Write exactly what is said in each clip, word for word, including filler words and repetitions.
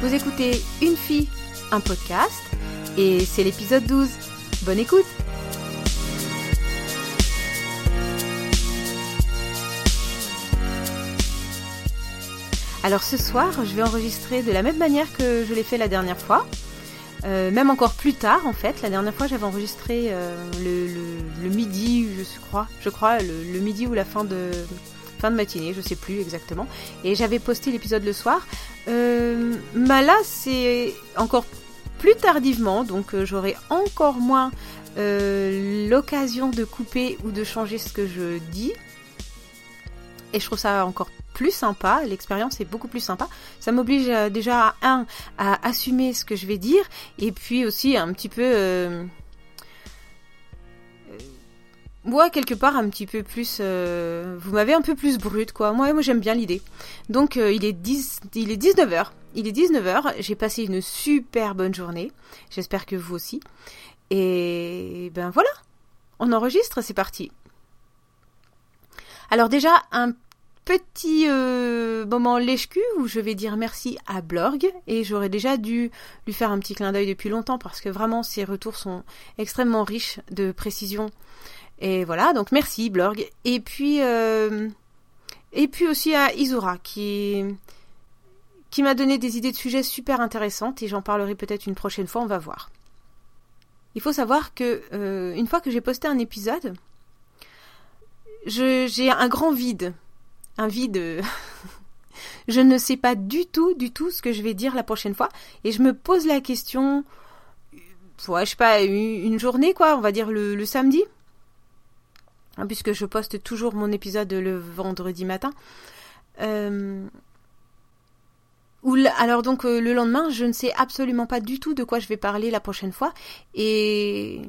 Vous écoutez Une fille, un podcast, et c'est l'épisode douze. Bonne écoute! Alors ce soir, je vais enregistrer de la même manière que je l'ai fait la dernière fois, euh, même encore plus tard en fait. La dernière fois, j'avais enregistré euh, le, le, le midi, je crois, je crois le, le midi ou la fin de fin de matinée, je sais plus exactement. Et j'avais posté l'épisode le soir. Euh, bah là, c'est encore plus tardivement, donc euh, j'aurai encore moins euh, l'occasion de couper ou de changer ce que je dis. Et je trouve ça encore plus sympa, l'expérience est beaucoup plus sympa. Ça m'oblige euh, déjà, un, à assumer ce que je vais dire, et puis aussi un petit peu... Euh, euh, moi, quelque part, un petit peu plus... Euh, vous m'avez un peu plus brute, quoi. Moi, moi j'aime bien l'idée. Donc, euh, il est dix, il est dix-neuf heures. Il est dix-neuf heures, j'ai passé une super bonne journée. J'espère que vous aussi. Et ben voilà, on enregistre, c'est parti. Alors déjà, un petit euh, moment lèche-cul où je vais dire merci à Blorg, et j'aurais déjà dû lui faire un petit clin d'œil depuis longtemps parce que vraiment ses retours sont extrêmement riches de précision. Et voilà, donc merci Blorg. Et puis, euh, et puis aussi à Isura qui, qui m'a donné des idées de sujets super intéressantes et j'en parlerai peut-être une prochaine fois, on va voir. Il faut savoir que euh, une fois que j'ai posté un épisode, Je, j'ai un grand vide. Un vide. Je ne sais pas du tout, du tout ce que je vais dire la prochaine fois. Et je me pose la question, ouais, je sais pas, une journée, quoi, on va dire le, le samedi. Hein, puisque je poste toujours mon épisode le vendredi matin. Euh, ou l- alors donc, euh, le lendemain, je ne sais absolument pas du tout de quoi je vais parler la prochaine fois. Et...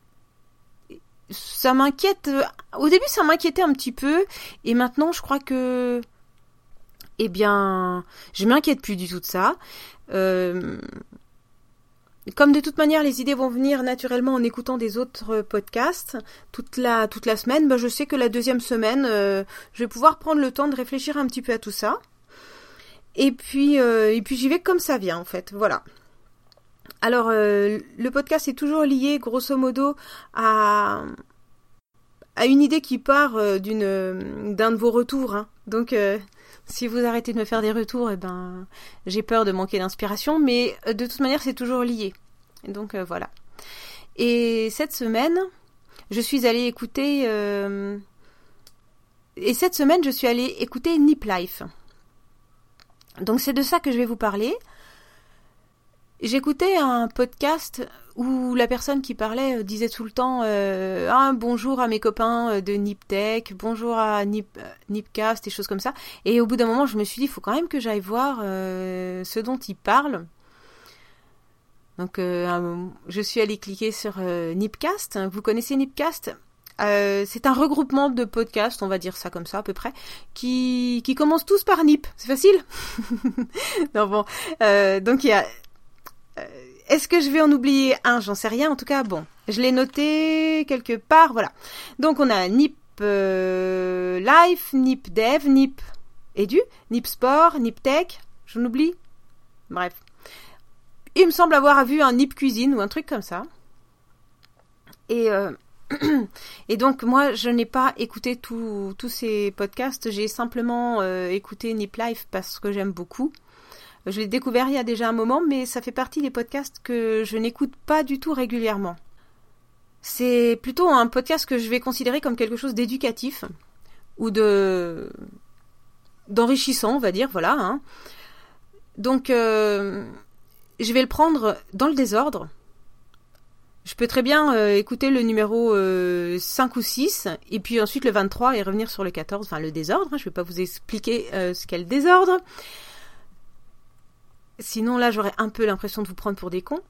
ça m'inquiète. Au début, ça m'inquiétait un petit peu. Et maintenant, je crois que... Eh bien, je m'inquiète plus du tout de ça. Euh... Comme de toute manière, les idées vont venir naturellement en écoutant des autres podcasts toute la, toute la semaine, ben je sais que la deuxième semaine, euh, je vais pouvoir prendre le temps de réfléchir un petit peu à tout ça. Et puis, euh, et puis j'y vais comme ça vient, en fait. Voilà. Alors, euh, le podcast est toujours lié, grosso modo, à... à une idée qui part euh, d'une, euh, d'un de vos retours. Hein. Donc, euh, si vous arrêtez de me faire des retours, eh ben, j'ai peur de manquer d'inspiration, mais euh, de toute manière, c'est toujours lié. Donc, euh, voilà. Et cette semaine, je suis allée écouter... Euh, et cette semaine, je suis allée écouter Nip Life. Donc, c'est de ça que je vais vous parler. J'écoutais un podcast où la personne qui parlait euh, disait tout le temps euh, ah, bonjour à mes copains de Niptech, bonjour à Nip, euh, Nipcast, et choses comme ça. Et au bout d'un moment, je me suis dit, il faut quand même que j'aille voir euh, ce dont il parle. Donc, euh, je suis allée cliquer sur euh, Nipcast. Vous connaissez Nipcast ? Euh, c'est un regroupement de podcasts, on va dire ça comme ça à peu près, qui, qui commencent tous par Nip. C'est facile ? Non, bon. Euh, donc, il y a... Euh, est-ce que je vais en oublier un ? J'en sais rien. En tout cas, bon, je l'ai noté quelque part. Voilà. Donc, on a Nip euh, Life, Nip Dev, Nip Edu, Nip Sport, Nip Tech. J'en oublie ? Bref. Il me semble avoir vu un Nip Cuisine ou un truc comme ça. Et, euh, et donc, moi, je n'ai pas écouté tous ces podcasts. J'ai simplement euh, écouté Nip Life parce que j'aime beaucoup. Je l'ai découvert il y a déjà un moment, mais ça fait partie des podcasts que je n'écoute pas du tout régulièrement. C'est plutôt un podcast que je vais considérer comme quelque chose d'éducatif ou de d'enrichissant, on va dire, voilà. Hein. Donc, euh, je vais le prendre dans le désordre. Je peux très bien euh, écouter le numéro euh, cinq ou six, et puis ensuite le vingt-trois et revenir sur le quatorze, enfin le désordre. Hein. Je ne vais pas vous expliquer euh, ce qu'est le désordre. Sinon, là, j'aurais un peu l'impression de vous prendre pour des cons.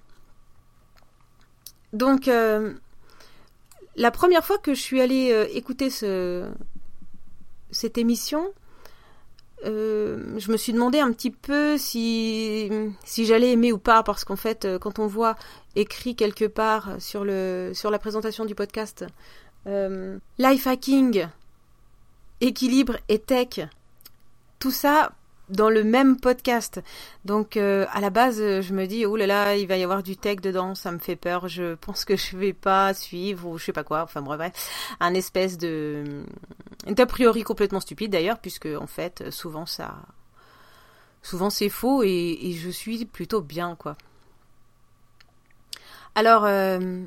Donc, euh, la première fois que je suis allée euh, écouter ce, cette émission, euh, je me suis demandé un petit peu si, si j'allais aimer ou pas, parce qu'en fait, euh, quand on voit écrit quelque part sur, le, sur la présentation du podcast euh, Life Hacking, équilibre et tech, tout ça... dans le même podcast. Donc euh, à la base, je me dis oh là là, il va y avoir du tech dedans, ça me fait peur. Je pense que je vais pas suivre ou je sais pas quoi. Enfin bref, bref un espèce de d'a priori complètement stupide d'ailleurs, puisque en fait souvent ça, souvent c'est faux et, et je suis plutôt bien quoi. Alors euh,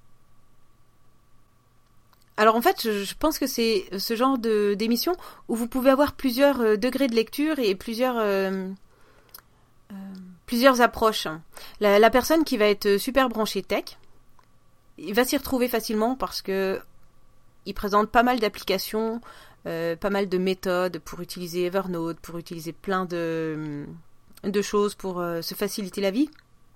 Alors en fait, je, je pense que c'est ce genre de d'émission où vous pouvez avoir plusieurs euh, degrés de lecture et plusieurs euh, euh, plusieurs approches. La, la personne qui va être super branchée tech, il va s'y retrouver facilement parce que il présente pas mal d'applications, euh, pas mal de méthodes pour utiliser Evernote, pour utiliser plein de de choses pour euh, se faciliter la vie.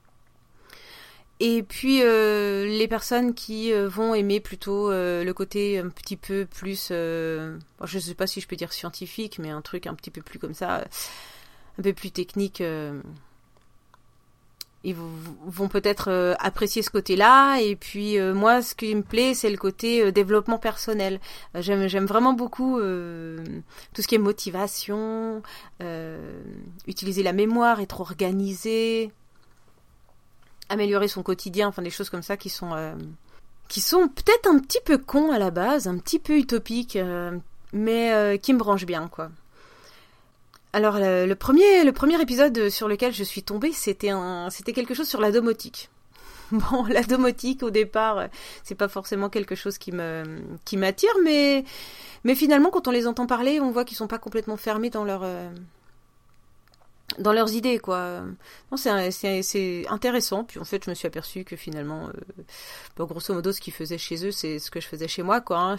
Et puis euh, les personnes qui euh, vont aimer plutôt euh, le côté un petit peu plus, euh, je ne sais pas si je peux dire scientifique, mais un truc un petit peu plus comme ça, un peu plus technique, euh, ils vont, vont peut-être euh, apprécier ce côté-là. Et puis euh, moi, ce qui me plaît, c'est le côté euh, développement personnel. Euh, j'aime, j'aime vraiment beaucoup euh, tout ce qui est motivation, euh, utiliser la mémoire, être organisé, améliorer son quotidien, enfin des choses comme ça qui sont euh, qui sont peut-être un petit peu cons à la base, un petit peu utopiques, euh, mais euh, qui me branchent bien quoi. Alors le, le premier le premier épisode sur lequel je suis tombée, c'était un c'était quelque chose sur la domotique. Bon, la domotique au départ, c'est pas forcément quelque chose qui me qui m'attire, mais mais finalement quand on les entend parler, on voit qu'ils sont pas complètement fermés dans leur euh, dans leurs idées quoi. Non, c'est, c'est, c'est intéressant. Puis en fait je me suis aperçue que finalement euh, bah, grosso modo ce qu'ils faisaient chez eux c'est ce que je faisais chez moi quoi hein.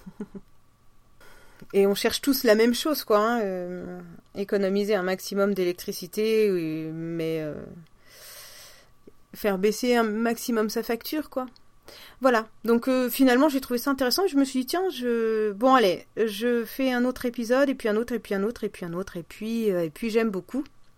Et on cherche tous la même chose quoi hein. euh, économiser un maximum d'électricité oui, mais euh, faire baisser un maximum sa facture quoi. Voilà, donc euh, finalement j'ai trouvé ça intéressant et je me suis dit tiens, je bon allez, je fais un autre épisode et puis un autre et puis un autre et puis un autre et puis euh, et puis j'aime beaucoup.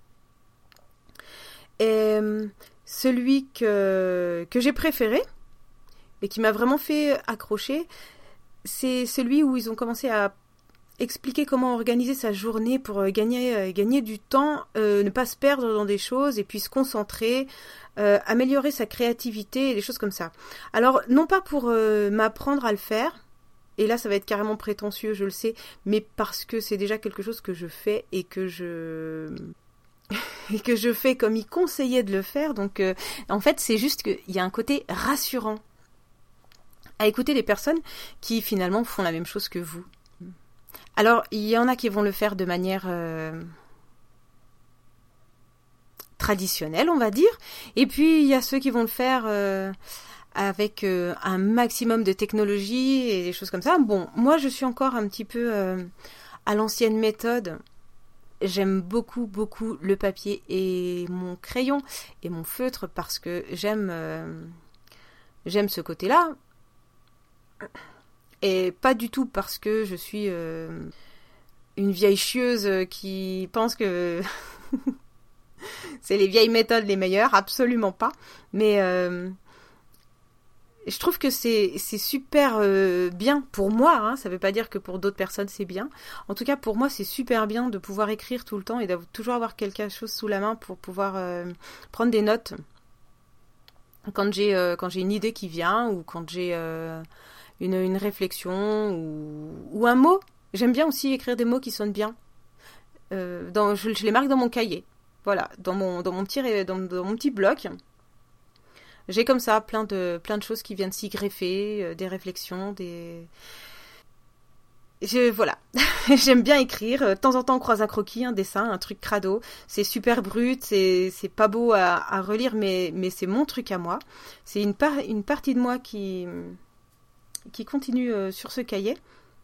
Et euh, celui que que j'ai préféré et qui m'a vraiment fait accrocher, c'est celui où ils ont commencé à expliquer comment organiser sa journée pour euh, gagner euh, gagner du temps, euh, ne pas se perdre dans des choses et puis se concentrer, euh, améliorer sa créativité et des choses comme ça. Alors non pas pour euh, m'apprendre à le faire, et là ça va être carrément prétentieux, je le sais, mais parce que c'est déjà quelque chose que je fais et que je et que je fais comme il conseillait de le faire. Donc euh, en fait c'est juste qu'il y a un côté rassurant à écouter les personnes qui finalement font la même chose que vous. Alors, il y en a qui vont le faire de manière euh, traditionnelle, on va dire. Et puis, il y a ceux qui vont le faire euh, avec euh, un maximum de technologie et des choses comme ça. Bon, moi, je suis encore un petit peu euh, à l'ancienne méthode. J'aime beaucoup, beaucoup le papier et mon crayon et mon feutre parce que j'aime, euh, j'aime ce côté-là. Et pas du tout parce que je suis euh, une vieille chieuse qui pense que c'est les vieilles méthodes les meilleures, absolument pas. Mais euh, je trouve que c'est, c'est super euh, bien pour moi, hein, ça veut pas dire que pour d'autres personnes c'est bien. En tout cas pour moi c'est super bien de pouvoir écrire tout le temps et de toujours avoir quelque chose sous la main pour pouvoir euh, prendre des notes quand j'ai, euh, quand j'ai une idée qui vient ou quand j'ai... Euh, Une, une réflexion ou, ou un mot. J'aime bien aussi écrire des mots qui sonnent bien. Euh, dans, je, je les marque dans mon cahier. Voilà, dans mon, dans mon, petit, dans, dans mon petit bloc. J'ai comme ça plein de, plein de choses qui viennent s'y greffer, euh, des réflexions, des... Je, voilà, j'aime bien écrire. De temps en temps, on croise un croquis, un dessin, un truc crado. C'est super brut, c'est, c'est pas beau à, à relire, mais, mais c'est mon truc à moi. C'est une, par, une partie de moi qui... qui continue euh, sur ce cahier.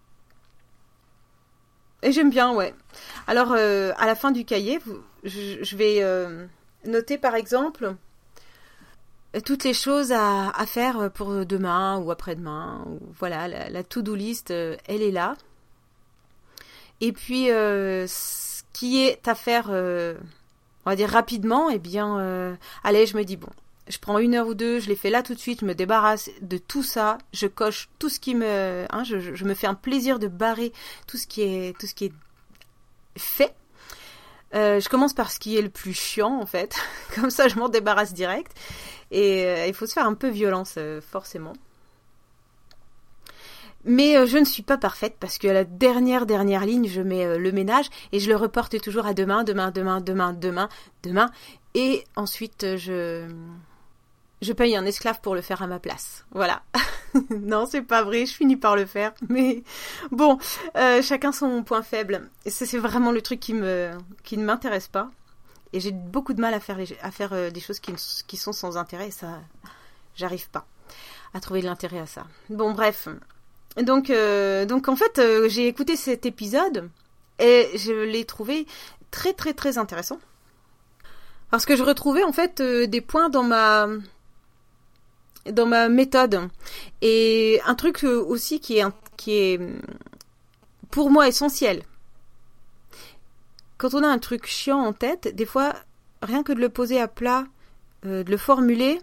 Et j'aime bien, ouais. Alors, euh, à la fin du cahier, vous, je, je vais euh, noter, par exemple, toutes les choses à, à faire pour demain ou après-demain. Ou, voilà, la, la to-do list, euh, elle est là. Et puis, euh, ce qui est à faire, euh, on va dire rapidement, eh bien, euh, allez, je me dis, bon, je prends une heure ou deux, je les fais là tout de suite, je me débarrasse de tout ça, je coche tout ce qui me... Hein, je, je me fais un plaisir de barrer tout ce qui est, tout ce qui est fait. Euh, je commence par ce qui est le plus chiant en fait, comme ça je m'en débarrasse direct. Et euh, il faut se faire un peu violence euh, forcément. Mais euh, je ne suis pas parfaite parce qu'à la dernière dernière ligne je mets euh, le ménage et je le reporte toujours à demain, demain, demain, demain, demain, demain. Et ensuite euh, je je paye un esclave pour le faire à ma place. Voilà. Non, c'est pas vrai, je finis par le faire. Mais bon, euh, chacun son point faible. Et ça, c'est vraiment le truc qui me qui ne m'intéresse pas. Et j'ai beaucoup de mal à faire, les, à faire euh, des choses qui, qui sont sans intérêt. Et ça, j'arrive pas à trouver de l'intérêt à ça. Bon, bref. Donc, euh, donc en fait, euh, j'ai écouté cet épisode et je l'ai trouvé très, très, très intéressant. Parce que je retrouvais en fait euh, des points dans ma... dans ma méthode. Et un truc aussi qui est, qui est pour moi essentiel. Quand on a un truc chiant en tête, des fois, rien que de le poser à plat, euh, de le formuler,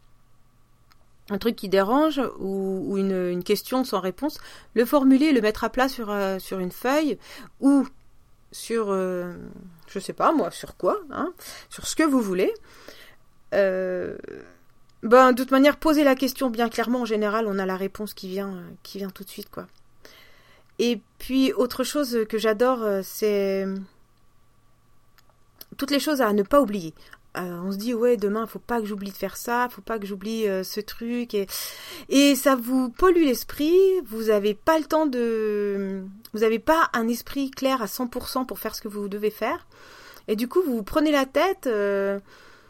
un truc qui dérange ou, ou une, une question sans réponse, le formuler, le mettre à plat sur, euh, sur une feuille ou sur, euh, je sais pas moi, sur quoi, hein, sur ce que vous voulez, euh, Ben, de toute manière, poser la question bien clairement, en général, on a la réponse qui vient, euh, qui vient tout de suite, quoi. Et puis, autre chose que j'adore, euh, c'est toutes les choses à ne pas oublier. Euh, on se dit, ouais, demain, faut pas que j'oublie de faire ça, faut pas que j'oublie euh, ce truc. Et... et ça vous pollue l'esprit, vous avez pas le temps de... Vous avez pas un esprit clair à cent pour cent pour faire ce que vous devez faire. Et du coup, vous vous prenez la tête... Euh...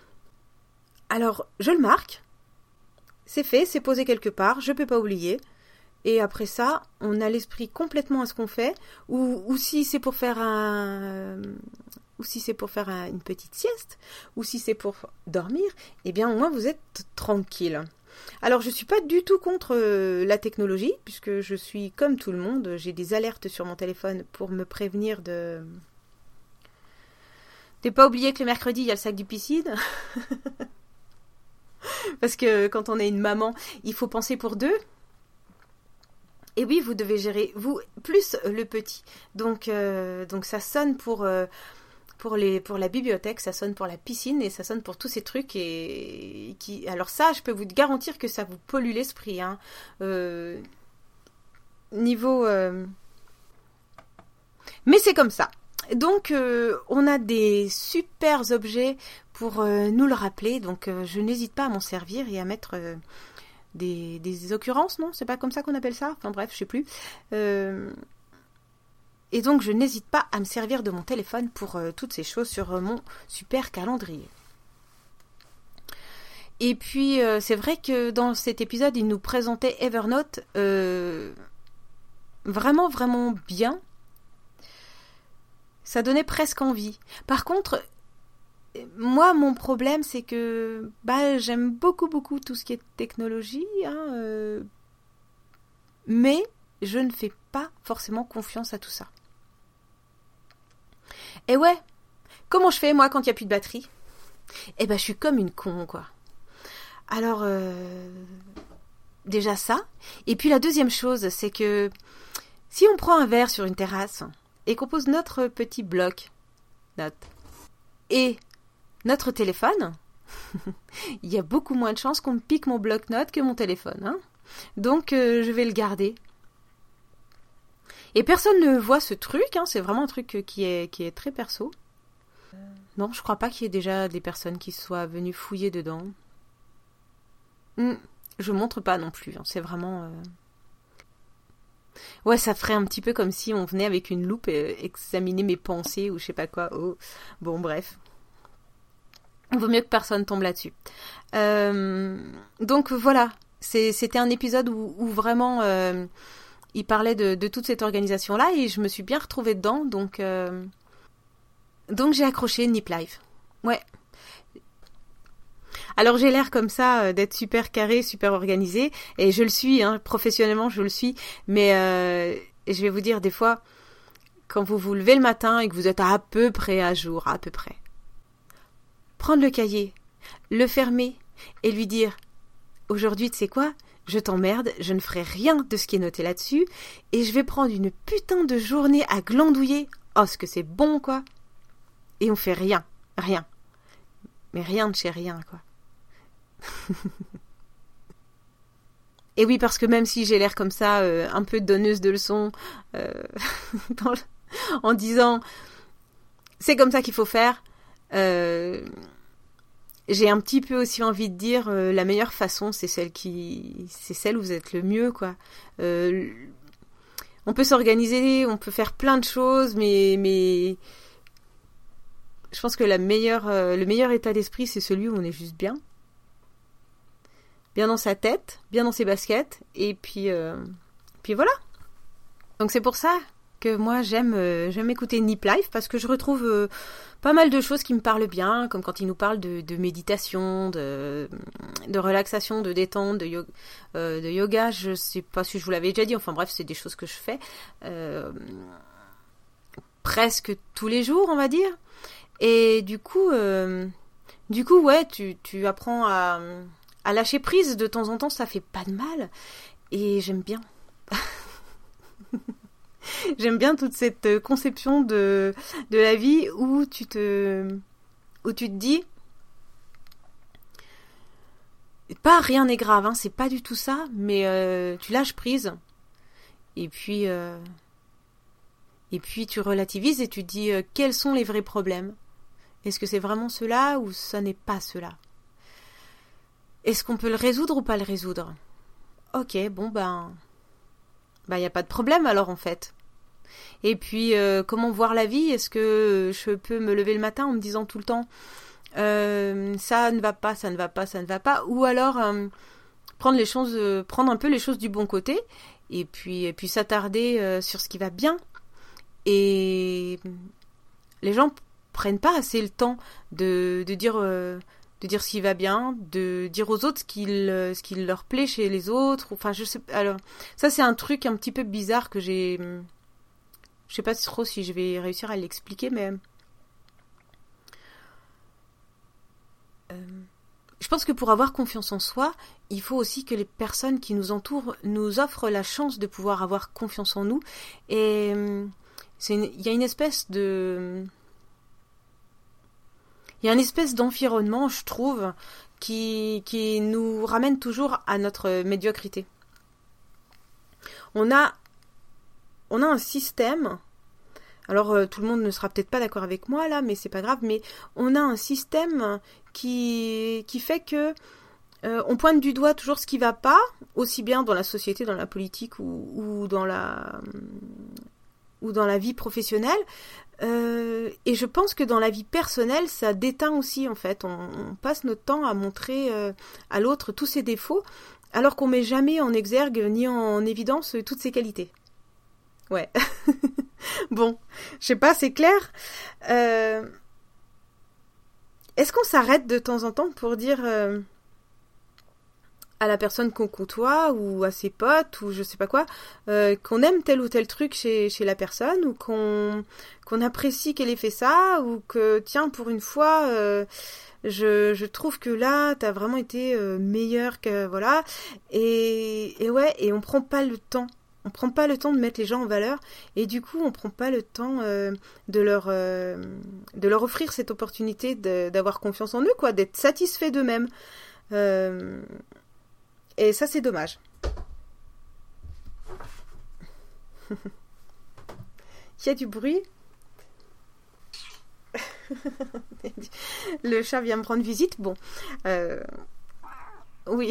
Alors, je le marque, c'est fait, c'est posé quelque part, je peux pas oublier. Et après ça, on a l'esprit complètement à ce qu'on fait. Ou, ou si c'est pour faire un, ou si c'est pour faire un, une petite sieste, ou si c'est pour dormir, eh bien au moins vous êtes tranquille. Alors je suis pas du tout contre euh, la technologie, puisque je suis comme tout le monde, j'ai des alertes sur mon téléphone pour me prévenir de... de pas oublier que le mercredi il y a le sac du piscine. Parce que quand on est une maman, il faut penser pour deux. Et oui, vous devez gérer, vous, plus le petit. Donc, euh, donc ça sonne pour, euh, pour, les, pour la bibliothèque, ça sonne pour la piscine et ça sonne pour tous ces trucs. Et, qui, alors ça, je peux vous garantir que ça vous pollue l'esprit. Hein. Euh, niveau... Euh... Mais c'est comme ça. Donc, euh, on a des super objets pour euh, nous le rappeler. Donc, euh, je n'hésite pas à m'en servir et à mettre euh, des, des occurrences, non ? C'est pas comme ça qu'on appelle ça ? Enfin bref, je sais plus. Euh, et donc, je n'hésite pas à me servir de mon téléphone pour euh, toutes ces choses sur euh, mon super calendrier. Et puis, euh, c'est vrai que dans cet épisode, il nous présentait Evernote euh, vraiment, vraiment bien. Ça donnait presque envie. Par contre, moi, mon problème, c'est que bah, j'aime beaucoup, beaucoup tout ce qui est technologie, hein, euh, mais je ne fais pas forcément confiance à tout ça. Et ouais, comment je fais, moi, quand il n'y a plus de batterie ? Eh ben, je suis comme une con, quoi. Alors, euh, déjà ça. Et puis la deuxième chose, c'est que si on prend un verre sur une terrasse... et qu'on pose notre petit bloc note et notre téléphone, il y a beaucoup moins de chances qu'on me pique mon bloc-notes que mon téléphone. Hein. Donc, euh, je vais le garder. Et personne ne voit ce truc, hein, c'est vraiment un truc qui est, qui est très perso. Non, je crois pas qu'il y ait déjà des personnes qui soient venues fouiller dedans. Hum, je montre pas non plus, hein, c'est vraiment... Euh... Ouais, ça ferait un petit peu comme si on venait avec une loupe et examiner mes pensées ou je sais pas quoi. Oh. Bon, bref. Il vaut mieux que personne tombe là-dessus. Euh, donc voilà, C'est, c'était un épisode où, où vraiment euh, il parlait de, de toute cette organisation-là et je me suis bien retrouvée dedans. Donc, euh, donc j'ai accroché Nip Life. Ouais. Alors j'ai l'air comme ça euh, d'être super carré, super organisé, et je le suis, hein, professionnellement je le suis, mais euh, je vais vous dire des fois, quand vous vous levez le matin et que vous êtes à peu près à jour, à peu près, prendre le cahier, le fermer et lui dire « Aujourd'hui, tu sais quoi ? Je t'emmerde, je ne ferai rien de ce qui est noté là-dessus, et je vais prendre une putain de journée à glandouiller. Oh, ce que c'est bon, quoi !» et on fait rien, rien. Mais rien de chez rien, quoi. Et oui, parce que même si j'ai l'air comme ça, euh, un peu donneuse de leçons, euh, dans le... en disant c'est comme ça qu'il faut faire, euh, j'ai un petit peu aussi envie de dire euh, la meilleure façon, c'est celle qui, c'est celle où vous êtes le mieux, quoi. Euh, on peut s'organiser, on peut faire plein de choses, mais mais je pense que la meilleure, euh, le meilleur état d'esprit, c'est celui où on est juste bien. Bien dans sa tête, bien dans ses baskets, et puis, euh, puis voilà. Donc c'est pour ça que moi j'aime, euh, j'aime écouter Nip Life, parce que je retrouve euh, pas mal de choses qui me parlent bien, comme quand il nous parle de, de méditation, de, de relaxation, de détente, de, yo- euh, de yoga. Je sais pas si je vous l'avais déjà dit, enfin bref, c'est des choses que je fais euh, presque tous les jours, on va dire. Et du coup, euh, du coup, ouais, tu, tu apprends à, à lâcher prise de temps en temps, ça fait pas de mal. Et j'aime bien. J'aime bien toute cette conception de, de la vie où tu te, où tu te dis, pas rien n'est grave, hein, c'est pas du tout ça, mais euh, tu lâches prise. Et puis, euh, et puis tu relativises et tu te dis euh, quels sont les vrais problèmes. Est-ce que c'est vraiment cela ou ça n'est pas cela? Est-ce qu'on peut le résoudre ou pas le résoudre? Ok, bon ben... Ben, y a pas de problème alors en fait. Et puis, euh, comment voir la vie? Est-ce que je peux me lever le matin en me disant tout le temps euh, ça ne va pas, ça ne va pas, ça ne va pas? Ou alors euh, prendre les choses, euh, prendre un peu les choses du bon côté et puis, et puis s'attarder euh, sur ce qui va bien. Et les gens prennent pas assez le temps de, de dire euh, de dire ce qui va bien, de dire aux autres ce qui ce qui leur plaît chez les autres. Enfin, je sais. Alors, ça c'est un truc un petit peu bizarre que j'ai. Je sais pas trop si je vais réussir à l'expliquer, mais euh, je pense que pour avoir confiance en soi, il faut aussi que les personnes qui nous entourent nous offrent la chance de pouvoir avoir confiance en nous. Et c'est une, il y a une espèce de Il y a une espèce d'environnement, je trouve, qui, qui nous ramène toujours à notre médiocrité. On a, on a un système, alors euh, tout le monde ne sera peut-être pas d'accord avec moi là, mais c'est pas grave, mais on a un système qui, qui fait que euh, on pointe du doigt toujours ce qui va pas, aussi bien dans la société, dans la politique ou, ou dans la... ou dans la vie professionnelle, euh, et je pense que dans la vie personnelle, ça déteint aussi en fait. On, on passe notre temps à montrer euh, à l'autre tous ses défauts, alors qu'on met jamais en exergue ni en évidence toutes ses qualités. Ouais. Bon, je sais pas, c'est clair. Euh... Est-ce qu'on s'arrête de temps en temps pour dire euh, à la personne qu'on côtoie ou à ses potes ou je sais pas quoi, euh, qu'on aime tel ou tel truc chez, chez la personne ou qu'on, qu'on apprécie qu'elle ait fait ça ou que tiens pour une fois euh, je, je trouve que là t'as vraiment été euh, meilleur que voilà et, et ouais et on prend pas le temps on prend pas le temps de mettre les gens en valeur et du coup on prend pas le temps euh, de leur euh, de leur offrir cette opportunité de, d'avoir confiance en eux quoi, d'être satisfait d'eux-mêmes. euh, Et ça, c'est dommage. Il y a du bruit. Le chat vient me rendre visite. Bon. Euh... Oui.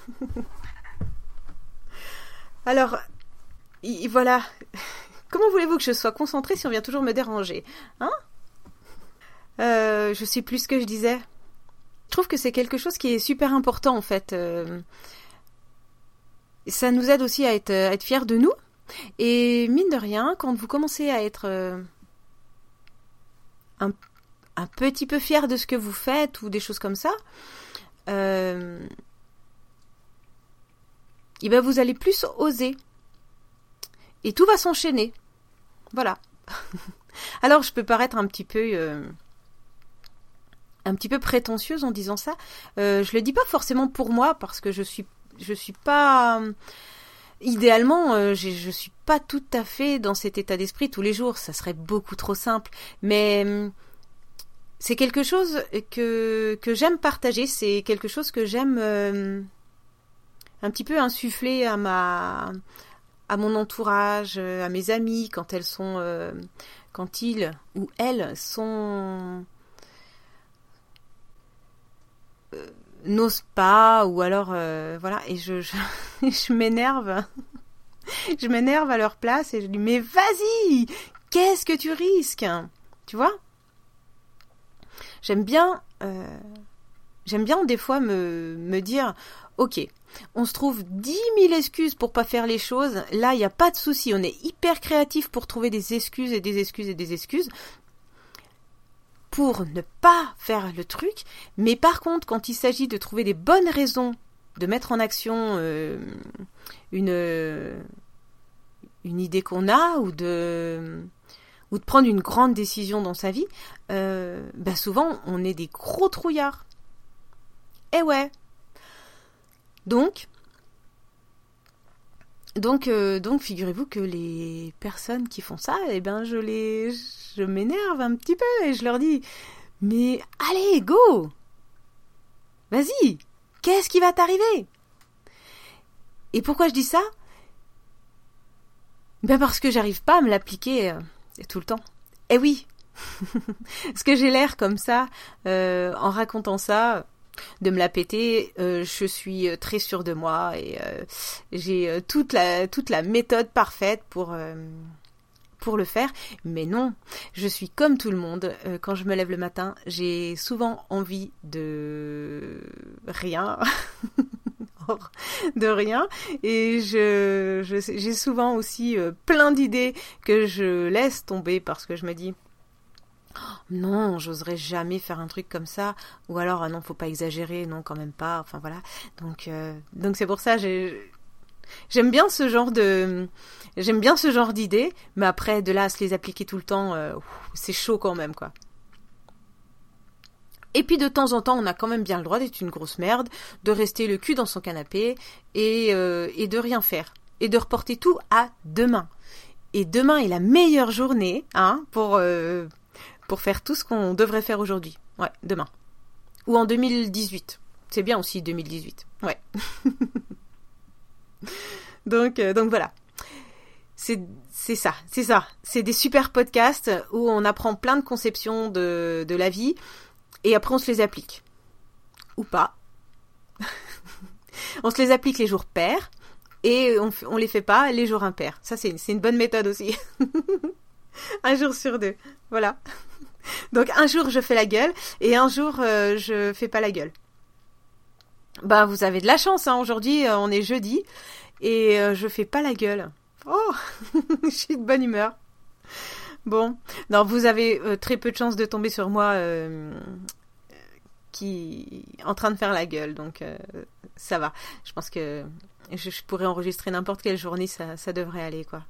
Alors, y- voilà. Comment voulez-vous que je sois concentrée si on vient toujours me déranger? Hein? euh, Je sais plus ce que je disais. Je trouve que c'est quelque chose qui est super important, en fait. Euh... Ça nous aide aussi à être, à être fiers de nous. Et mine de rien, quand vous commencez à être euh, un, un petit peu fier de ce que vous faites ou des choses comme ça, euh, et ben vous allez plus oser. Et tout va s'enchaîner. Voilà. Alors je peux paraître un petit peu... Euh, un petit peu prétentieuse en disant ça. Euh, je le dis pas forcément pour moi parce que je suis je suis pas idéalement euh, je suis pas tout à fait dans cet état d'esprit tous les jours, ça serait beaucoup trop simple, mais c'est quelque chose que, que j'aime partager, c'est quelque chose que j'aime euh, un petit peu insuffler à ma à mon entourage, à mes amis, quand elles sont euh, quand ils ou elles sont euh, n'osent pas, ou alors euh, voilà, et je je, je m'énerve je m'énerve à leur place et je dis mais vas-y, qu'est-ce que tu risques, tu vois. J'aime bien euh, j'aime bien des fois me, me dire ok, on se trouve dix mille excuses pour pas faire les choses, là il n'y a pas de souci, on est hyper créatif pour trouver des excuses et des excuses et des excuses pour ne pas faire le truc, mais par contre quand il s'agit de trouver des bonnes raisons de mettre en action euh, une, une idée qu'on a, ou de, ou de prendre une grande décision dans sa vie, euh, bah souvent on est des gros trouillards. Eh ouais. Donc, donc, euh, donc figurez-vous que les personnes qui font ça, eh ben je les, je m'énerve un petit peu et je leur dis, mais allez, go, vas-y, qu'est-ce qui va t'arriver? Et pourquoi je dis ça? Ben parce que j'arrive pas à me l'appliquer euh, tout le temps. Eh oui, parce que j'ai l'air comme ça euh, en racontant ça, de me la péter. Euh, je suis très sûre de moi et euh, j'ai euh, toute la toute la méthode parfaite pour euh, pour le faire. Mais non, je suis comme tout le monde. Euh, quand je me lève le matin, j'ai souvent envie de rien. de rien, et je, je j'ai souvent aussi euh, plein d'idées que je laisse tomber parce que je me dis oh, non, j'oserais jamais faire un truc comme ça, ou alors ah non, faut pas exagérer, non quand même pas, enfin voilà. Donc euh, donc c'est pour ça j'ai j'aime bien ce genre de j'aime bien ce genre d'idées, mais après de là à se les appliquer tout le temps, euh, c'est chaud quand même quoi. Et puis de temps en temps, on a quand même bien le droit d'être une grosse merde, de rester le cul dans son canapé et, euh, et de rien faire. Et de reporter tout à demain. Et demain est la meilleure journée hein, pour, euh, pour faire tout ce qu'on devrait faire aujourd'hui. Ouais, demain. Ou en deux mille dix-huit. C'est bien aussi deux mille dix-huit. Ouais. donc, euh, donc voilà. C'est, c'est ça, c'est ça. C'est des super podcasts où on apprend plein de conceptions de, de la vie. Et après, on se les applique. Ou pas. On se les applique les jours pairs. Et on, on les fait pas les jours impairs. Ça, c'est, c'est une bonne méthode aussi. Un jour sur deux. Voilà. Donc, un jour, je fais la gueule. Et un jour, euh, je fais pas la gueule. Bah, vous avez de la chance. Hein. Aujourd'hui, euh, on est jeudi. Et euh, je fais pas la gueule. Oh, je suis de bonne humeur. Bon, non, vous avez euh, très peu de chances de tomber sur moi euh, qui en train de faire la gueule, donc euh, ça va. Je pense que je, je pourrais enregistrer n'importe quelle journée, ça, ça devrait aller, quoi.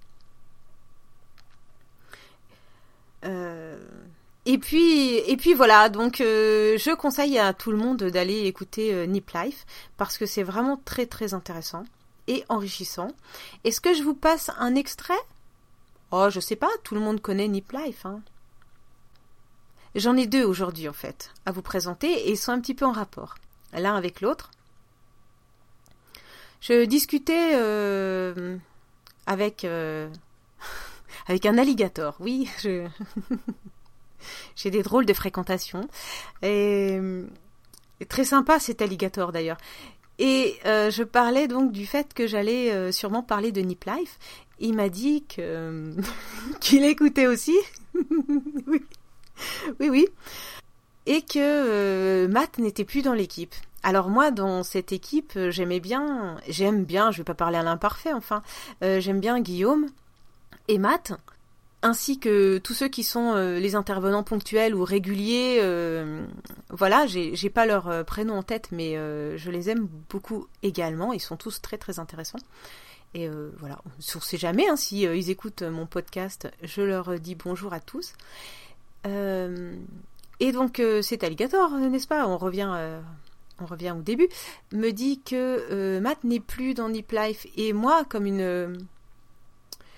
Euh, et puis, et puis voilà, donc euh, je conseille à tout le monde d'aller écouter euh, Nip Life parce que c'est vraiment très très intéressant et enrichissant. Est-ce que je vous passe un extrait ? Oh, je sais pas, tout le monde connaît Nip Life. Hein. J'en ai deux aujourd'hui, en fait, à vous présenter, et ils sont un petit peu en rapport, l'un avec l'autre. Je discutais euh, avec, euh, avec un alligator, oui, je... j'ai des drôles de fréquentation. Et, et très sympa cet alligator, d'ailleurs. Et euh, je parlais donc du fait que j'allais euh, sûrement parler de Nip Life. Il m'a dit que euh, qu'il écoutait aussi, oui, oui, oui, et que euh, Matt n'était plus dans l'équipe. Alors moi, dans cette équipe, j'aimais bien, j'aime bien, je vais pas parler à l'imparfait, enfin, euh, j'aime bien Guillaume et Matt, ainsi que tous ceux qui sont euh, les intervenants ponctuels ou réguliers. Euh, voilà, j'ai, j'ai pas leur euh, prénom en tête, mais euh, je les aime beaucoup également. Ils sont tous très très intéressants. Et euh, voilà, on ne sait jamais hein, si euh, ils écoutent mon podcast, je leur dis bonjour à tous. Euh, et donc euh, cet alligator, n'est-ce pas ? On revient, euh, on revient au début. Me dit que euh, Matt n'est plus dans Nip Life et moi, comme une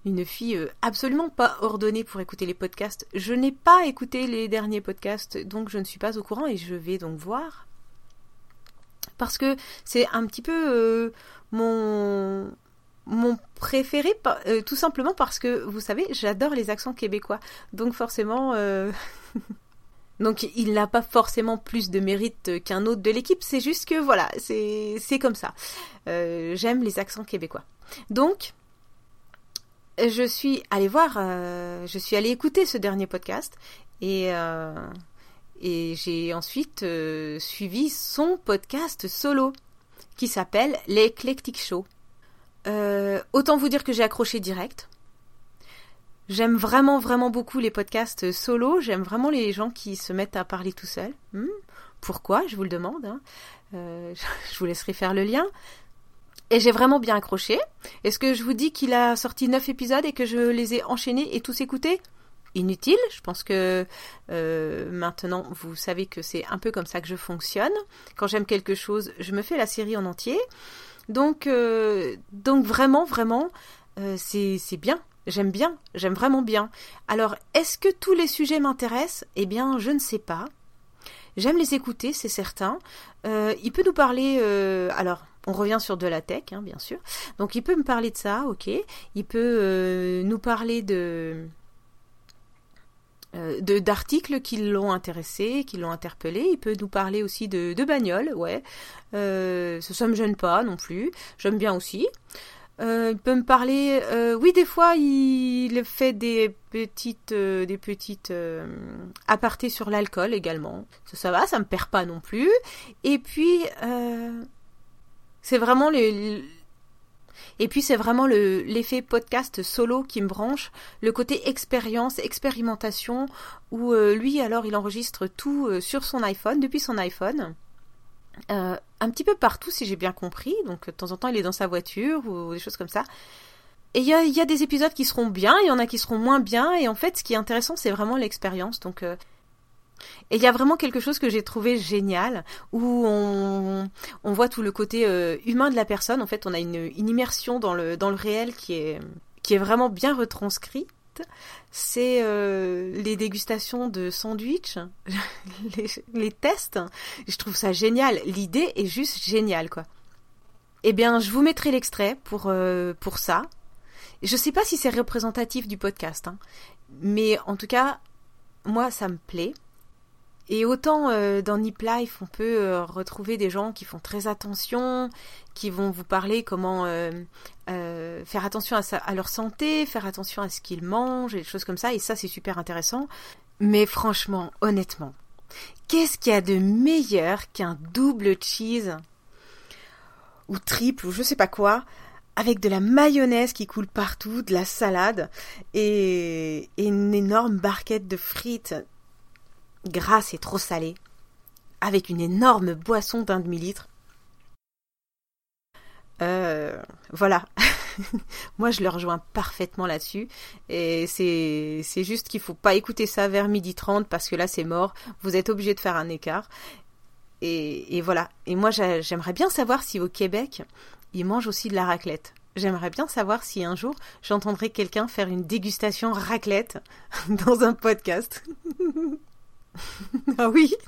une fille euh, absolument pas ordonnée pour écouter les podcasts. Je n'ai pas écouté les derniers podcasts, donc je ne suis pas au courant et je vais donc voir. Parce que c'est un petit peu euh, mon... mon préféré, euh, tout simplement parce que, vous savez, j'adore les accents québécois. Donc forcément... Euh... Donc il n'a pas forcément plus de mérite qu'un autre de l'équipe, c'est juste que voilà, c'est, c'est comme ça. Euh, j'aime les accents québécois. Donc, je suis allée voir, euh, je suis allée écouter ce dernier podcast et, euh, et j'ai ensuite euh, suivi son podcast solo qui s'appelle l'Eclectic Show. Euh, autant vous dire que j'ai accroché direct. J'aime vraiment, vraiment beaucoup les podcasts solo. J'aime vraiment les gens qui se mettent à parler tout seuls. Hmm, pourquoi, je vous le demande. Hein. Euh, je vous laisserai faire le lien. Et j'ai vraiment bien accroché. Est-ce que je vous dis qu'il a sorti neuf épisodes et que je les ai enchaînés et tous écoutés ? Inutile. Je pense que euh, maintenant, vous savez que c'est un peu comme ça que je fonctionne. Quand j'aime quelque chose, je me fais la série en entier. Donc, euh, donc vraiment, vraiment, euh, c'est, c'est bien. J'aime bien, j'aime vraiment bien. Alors, est-ce que tous les sujets m'intéressent ? Eh bien, je ne sais pas. J'aime les écouter, c'est certain. Euh, il peut nous parler... Euh, alors, on revient sur de la tech, hein, bien sûr. Donc, il peut me parler de ça, ok. Il peut euh, nous parler de... Euh, de, d'articles qui l'ont intéressé, qui l'ont interpellé. Il peut nous parler aussi de, de bagnoles, ouais. Euh, ça, ça me gêne pas non plus. J'aime bien aussi. Euh, il peut me parler... Euh, oui, des fois, il fait des petites, euh, des petites euh, apartés sur l'alcool également. Ça, ça va, ça me perd pas non plus. Et puis, euh, c'est vraiment le... Et puis, c'est vraiment le, l'effet podcast solo qui me branche. Le côté expérience, expérimentation, où euh, lui, alors, il enregistre tout euh, sur son iPhone, depuis son iPhone. Euh, un petit peu partout si j'ai bien compris, donc de temps en temps il est dans sa voiture ou des choses comme ça. Et il y a, y a des épisodes qui seront bien, il y en a qui seront moins bien, et en fait ce qui est intéressant c'est vraiment l'expérience. Donc, euh... Et il y a vraiment quelque chose que j'ai trouvé génial, où on, on voit tout le côté euh, humain de la personne. En fait on a une, une immersion dans le, dans le réel qui est, qui est vraiment bien retranscrite. C'est euh, les dégustations de sandwich, les, les tests. Je trouve ça génial. L'idée est juste géniale, quoi. Eh bien, je vous mettrai l'extrait pour, euh, pour ça. Je sais pas si c'est représentatif du podcast, hein, mais en tout cas, moi, ça me plaît. Et autant euh, dans Nip Life, on peut euh, retrouver des gens qui font très attention, qui vont vous parler comment euh, euh, faire attention à, sa, à leur santé, faire attention à ce qu'ils mangent, et des choses comme ça, et ça c'est super intéressant. Mais franchement, honnêtement, qu'est-ce qu'il y a de meilleur qu'un double cheese, ou triple, ou je sais pas quoi, avec de la mayonnaise qui coule partout, de la salade, et, et une énorme barquette de frites grasse et trop salée, avec une énorme boisson d'un demi-litre. Euh, voilà. Moi, je le rejoins parfaitement là-dessus. Et c'est, c'est juste qu'il faut pas écouter ça vers midi trente parce que là, c'est mort. Vous êtes obligé de faire un écart. Et, et voilà. Et moi, j'aimerais bien savoir si au Québec, ils mangent aussi de la raclette. J'aimerais bien savoir si un jour, j'entendrai quelqu'un faire une dégustation raclette dans un podcast. Ah oui.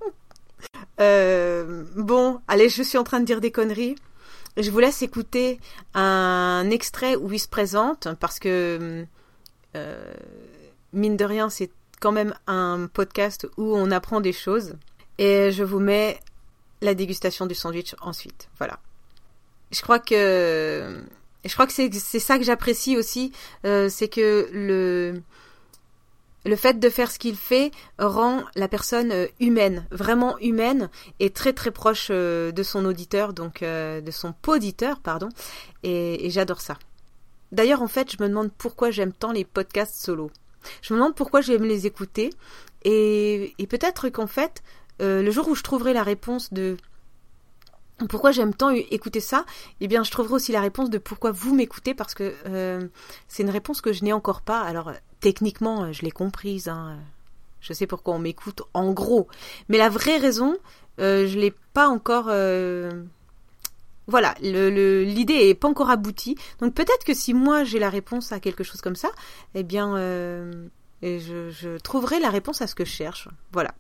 euh, Bon, allez, je suis en train de dire des conneries. Je vous laisse écouter un extrait où il se présente parce que, euh, mine de rien, c'est quand même un podcast où on apprend des choses. Et je vous mets la dégustation du sandwich ensuite. Voilà. Je crois que, je crois que c'est, c'est ça que j'apprécie aussi, euh, c'est que le... Le fait de faire ce qu'il fait rend la personne humaine, vraiment humaine, et très très proche de son auditeur, donc de son poditeur, pardon, et, et j'adore ça. D'ailleurs, en fait, je me demande pourquoi j'aime tant les podcasts solo. Je me demande pourquoi j'aime les écouter, et, et peut-être qu'en fait, euh, le jour où je trouverai la réponse de pourquoi j'aime tant écouter ça, eh bien je trouverai aussi la réponse de pourquoi vous m'écoutez, parce que euh, c'est une réponse que je n'ai encore pas. Alors techniquement je l'ai comprise, hein. Je sais pourquoi on m'écoute en gros, mais la vraie raison euh, je l'ai pas encore euh, voilà, le, le, l'idée est pas encore aboutie. Donc peut-être que si moi j'ai la réponse à quelque chose comme ça, eh bien, euh, et je, je trouverai la réponse à ce que je cherche. Voilà.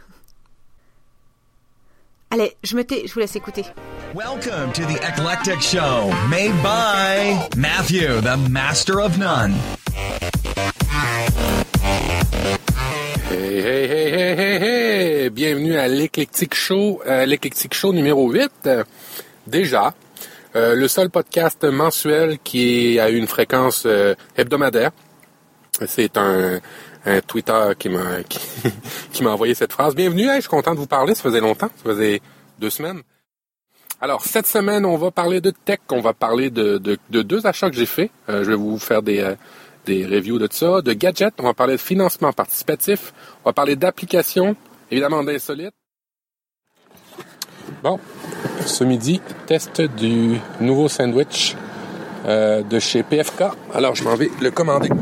Allez, je me tais, je vous laisse écouter. Welcome to the Eclectic Show, made by Matthew, the Master of None. Hey, hey, hey, hey, hey, hey! Bienvenue à l'Eclectic Show, euh, l'Eclectic Show numéro huit. Euh, déjà, euh, le seul podcast mensuel qui a une fréquence euh, hebdomadaire. C'est un, un Twitter qui m'a qui, qui m'a envoyé cette phrase. Bienvenue, hey, je suis content de vous parler, ça faisait longtemps, ça faisait deux semaines. Alors, cette semaine, on va parler de tech, on va parler de, de, de deux achats que j'ai faits. Euh, je vais vous faire des... Euh, des reviews de ça, de gadgets, on va parler de financement participatif, on va parler d'applications, évidemment d'insolites. Bon, ce midi, test du nouveau sandwich euh, de chez P F K. Alors, je m'en vais le commander.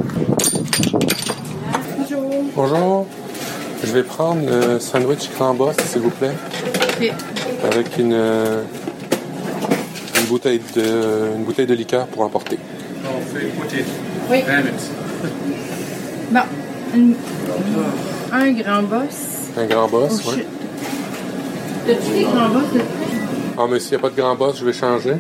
Bonjour. Bonjour. Je vais prendre le sandwich grand boss, s'il vous plaît. Oui. Avec une, euh, une, bouteille de, une bouteille de liqueur pour emporter. On fait une bouteille. Oui. Bon, une, un grand boss. Un grand boss, oh, oui. T'as-tu des grands boss de... Ah, mais s'il n'y a pas de grand boss, je vais changer.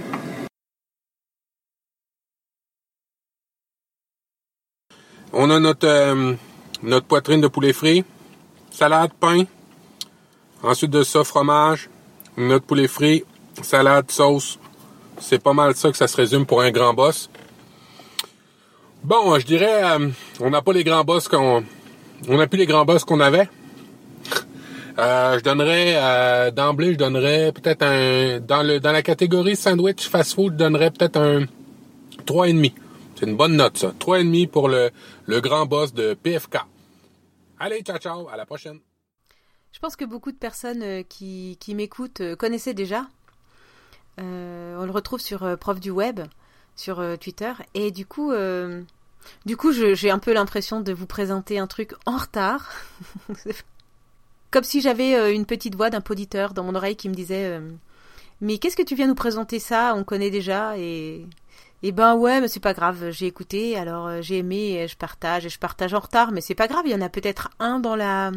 On a notre, euh, notre poitrine de poulet frit, salade, pain. Ensuite de ça, fromage, notre poulet frit, salade, sauce. C'est pas mal ça que ça se résume pour un grand boss. Bon, je dirais, euh, on n'a pas les grands boss qu'on... On n'a plus les grands boss qu'on avait. Euh, je donnerais, euh, d'emblée, je donnerais peut-être un... Dans le dans la catégorie sandwich fast-food, je donnerais peut-être un trois virgule cinq. C'est une bonne note, ça. trois virgule cinq pour le, le grand boss de P F K. Allez, ciao, ciao, à la prochaine. Je pense que beaucoup de personnes euh, qui, qui m'écoutent euh, connaissaient déjà. Euh, on le retrouve sur euh, Prof du Web, sur euh, Twitter, et du coup, euh, du coup, je, j'ai un peu l'impression de vous présenter un truc en retard, comme si j'avais euh, une petite voix d'un poditeur dans mon oreille qui me disait euh, « Mais qu'est-ce que tu viens nous présenter ça ? On connaît déjà » et et ben ouais, mais c'est pas grave, j'ai écouté, alors euh, j'ai aimé, et je partage, et je partage en retard, mais c'est pas grave, il y en a peut-être un dans la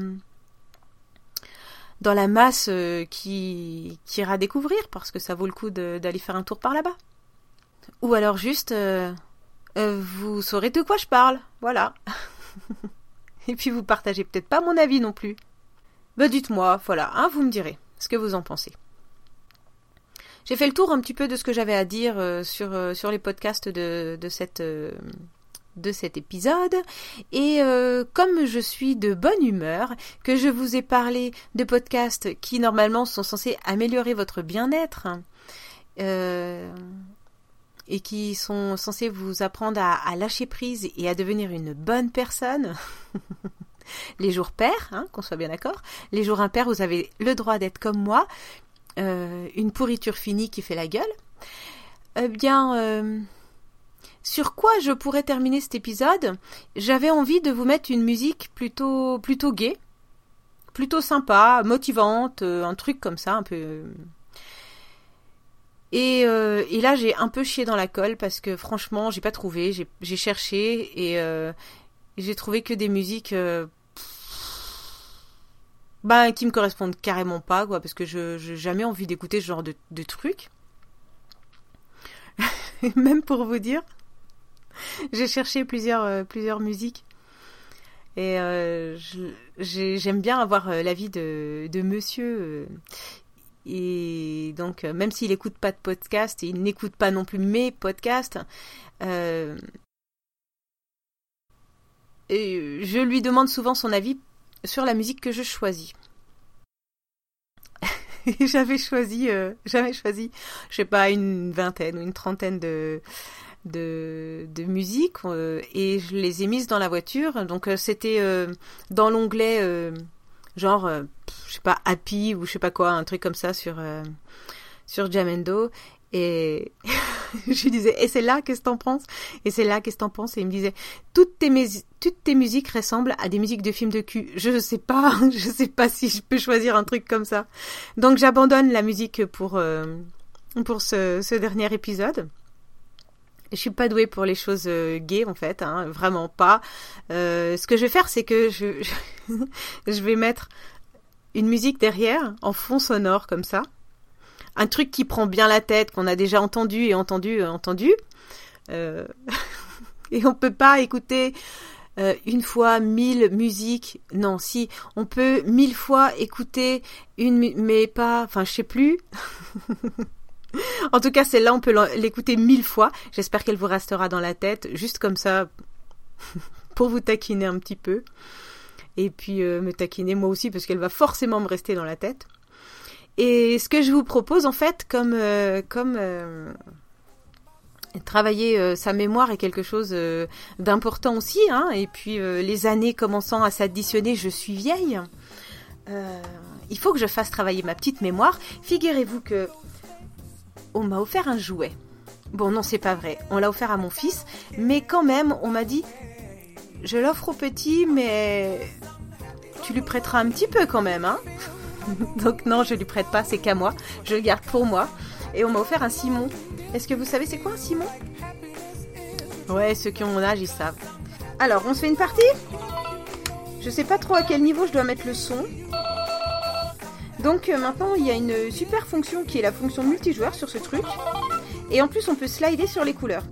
dans la masse euh, qui qui ira découvrir parce que ça vaut le coup de, d'aller faire un tour par là-bas. Ou alors juste, euh, euh, vous saurez de quoi je parle, voilà. Et puis vous partagez peut-être pas mon avis non plus. Bah dites-moi, voilà, hein, vous me direz ce que vous en pensez. J'ai fait le tour un petit peu de ce que j'avais à dire euh, sur euh, sur les podcasts de de cette euh, de cet épisode et euh, comme je suis de bonne humeur, que je vous ai parlé de podcasts qui normalement sont censés améliorer votre bien-être. Euh, et qui sont censés vous apprendre à, à lâcher prise et à devenir une bonne personne. Les jours pairs, hein, qu'on soit bien d'accord. Les jours impairs, vous avez le droit d'être comme moi, euh, une pourriture finie qui fait la gueule. Eh bien, euh, sur quoi je pourrais terminer cet épisode ? J'avais envie de vous mettre une musique plutôt, plutôt gaie, plutôt sympa, motivante, euh, un truc comme ça, un peu... Euh, Et, euh, et là, j'ai un peu chié dans la colle parce que franchement, j'ai pas trouvé. J'ai, j'ai cherché et, euh, et j'ai trouvé que des musiques euh, bah, qui me correspondent carrément pas, quoi, parce que je j'ai jamais envie d'écouter ce genre de, de trucs. Même pour vous dire, j'ai cherché plusieurs, euh, plusieurs musiques. Et euh, je, j'ai, j'aime bien avoir euh, l'avis de, de monsieur... Euh, Et donc, même s'il n'écoute pas de podcast, et il n'écoute pas non plus mes podcasts, euh, et je lui demande souvent son avis sur la musique que je choisis. Et j'avais choisi, euh, j'avais choisi, je sais pas, une vingtaine ou une trentaine de de, de musiques, euh, et je les ai mises dans la voiture. Donc, euh, c'était euh, dans l'onglet... Euh, genre euh, je sais pas Happy ou je sais pas quoi, un truc comme ça sur euh, sur Jamendo, et je lui disais et c'est là qu'est-ce que t'en penses et c'est là qu'est-ce que t'en penses et il me disait toutes tes mus- toutes tes musiques ressemblent à des musiques de films de cul. Je sais pas, je sais pas si je peux choisir un truc comme ça, donc j'abandonne la musique pour euh, pour ce, ce dernier épisode. Je suis pas douée pour les choses euh, gays en fait, hein, vraiment pas. Euh, ce que je vais faire, c'est que je, je, je vais mettre une musique derrière, en fond sonore comme ça. Un truc qui prend bien la tête, qu'on a déjà entendu et entendu et entendu. Euh... et on peut pas écouter euh, une fois mille musiques. Non, si, on peut mille fois écouter une, mais pas, enfin je sais plus. En tout cas, celle-là, on peut l'écouter mille fois. J'espère qu'elle vous restera dans la tête, juste comme ça, pour vous taquiner un petit peu. Et puis euh, me taquiner moi aussi, parce qu'elle va forcément me rester dans la tête. Et ce que je vous propose, en fait, comme, euh, comme euh, travailler euh, sa mémoire est quelque chose euh, d'important aussi, hein, et puis euh, les années commençant à s'additionner, je suis vieille. Euh, il faut que je fasse travailler ma petite mémoire. Figurez-vous que on m'a offert un jouet. Bon, non, c'est pas vrai. On l'a offert à mon fils, mais quand même, on m'a dit, je l'offre au petit, mais tu lui prêteras un petit peu quand même, hein. Donc non, je lui prête pas, c'est qu'à moi. Je le garde pour moi. Et on m'a offert un Simon. Est-ce que vous savez c'est quoi un Simon ? Ouais, ceux qui ont mon âge, ils savent. Alors, on se fait une partie ? Je sais pas trop à quel niveau je dois mettre le son. Donc euh, maintenant, il y a une super fonction qui est la fonction multijoueur sur ce truc. Et en plus, on peut slider sur les couleurs.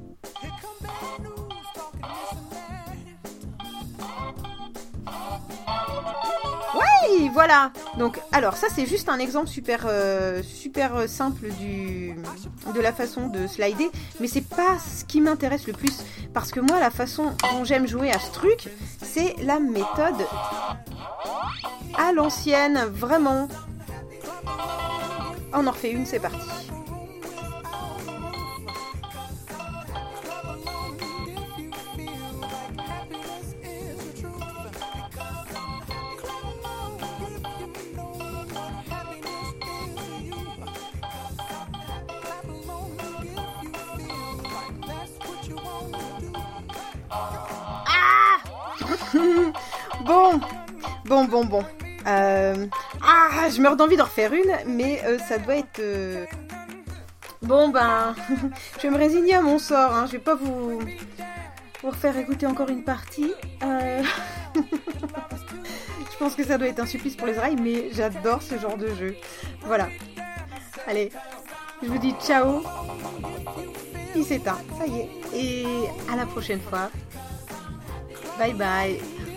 Oui, voilà. Donc, alors ça, c'est juste un exemple super, euh, super simple du, de la façon de slider. Mais c'est pas ce qui m'intéresse le plus. Parce que moi, la façon dont j'aime jouer à ce truc, c'est la méthode à l'ancienne, vraiment. On en refait une, c'est parti. Bon, bon, bon, bon. Euh... Ah, je meurs d'envie d'en refaire une, mais euh, ça doit être... Euh... Bon, ben, je vais me résigner à mon sort, hein. Je vais pas vous... vous refaire écouter encore une partie. Euh... je pense que ça doit être un supplice pour les oreilles, mais j'adore ce genre de jeu. Voilà. Allez, je vous dis ciao. Il s'éteint, ça y est. Et à la prochaine fois. Bye bye.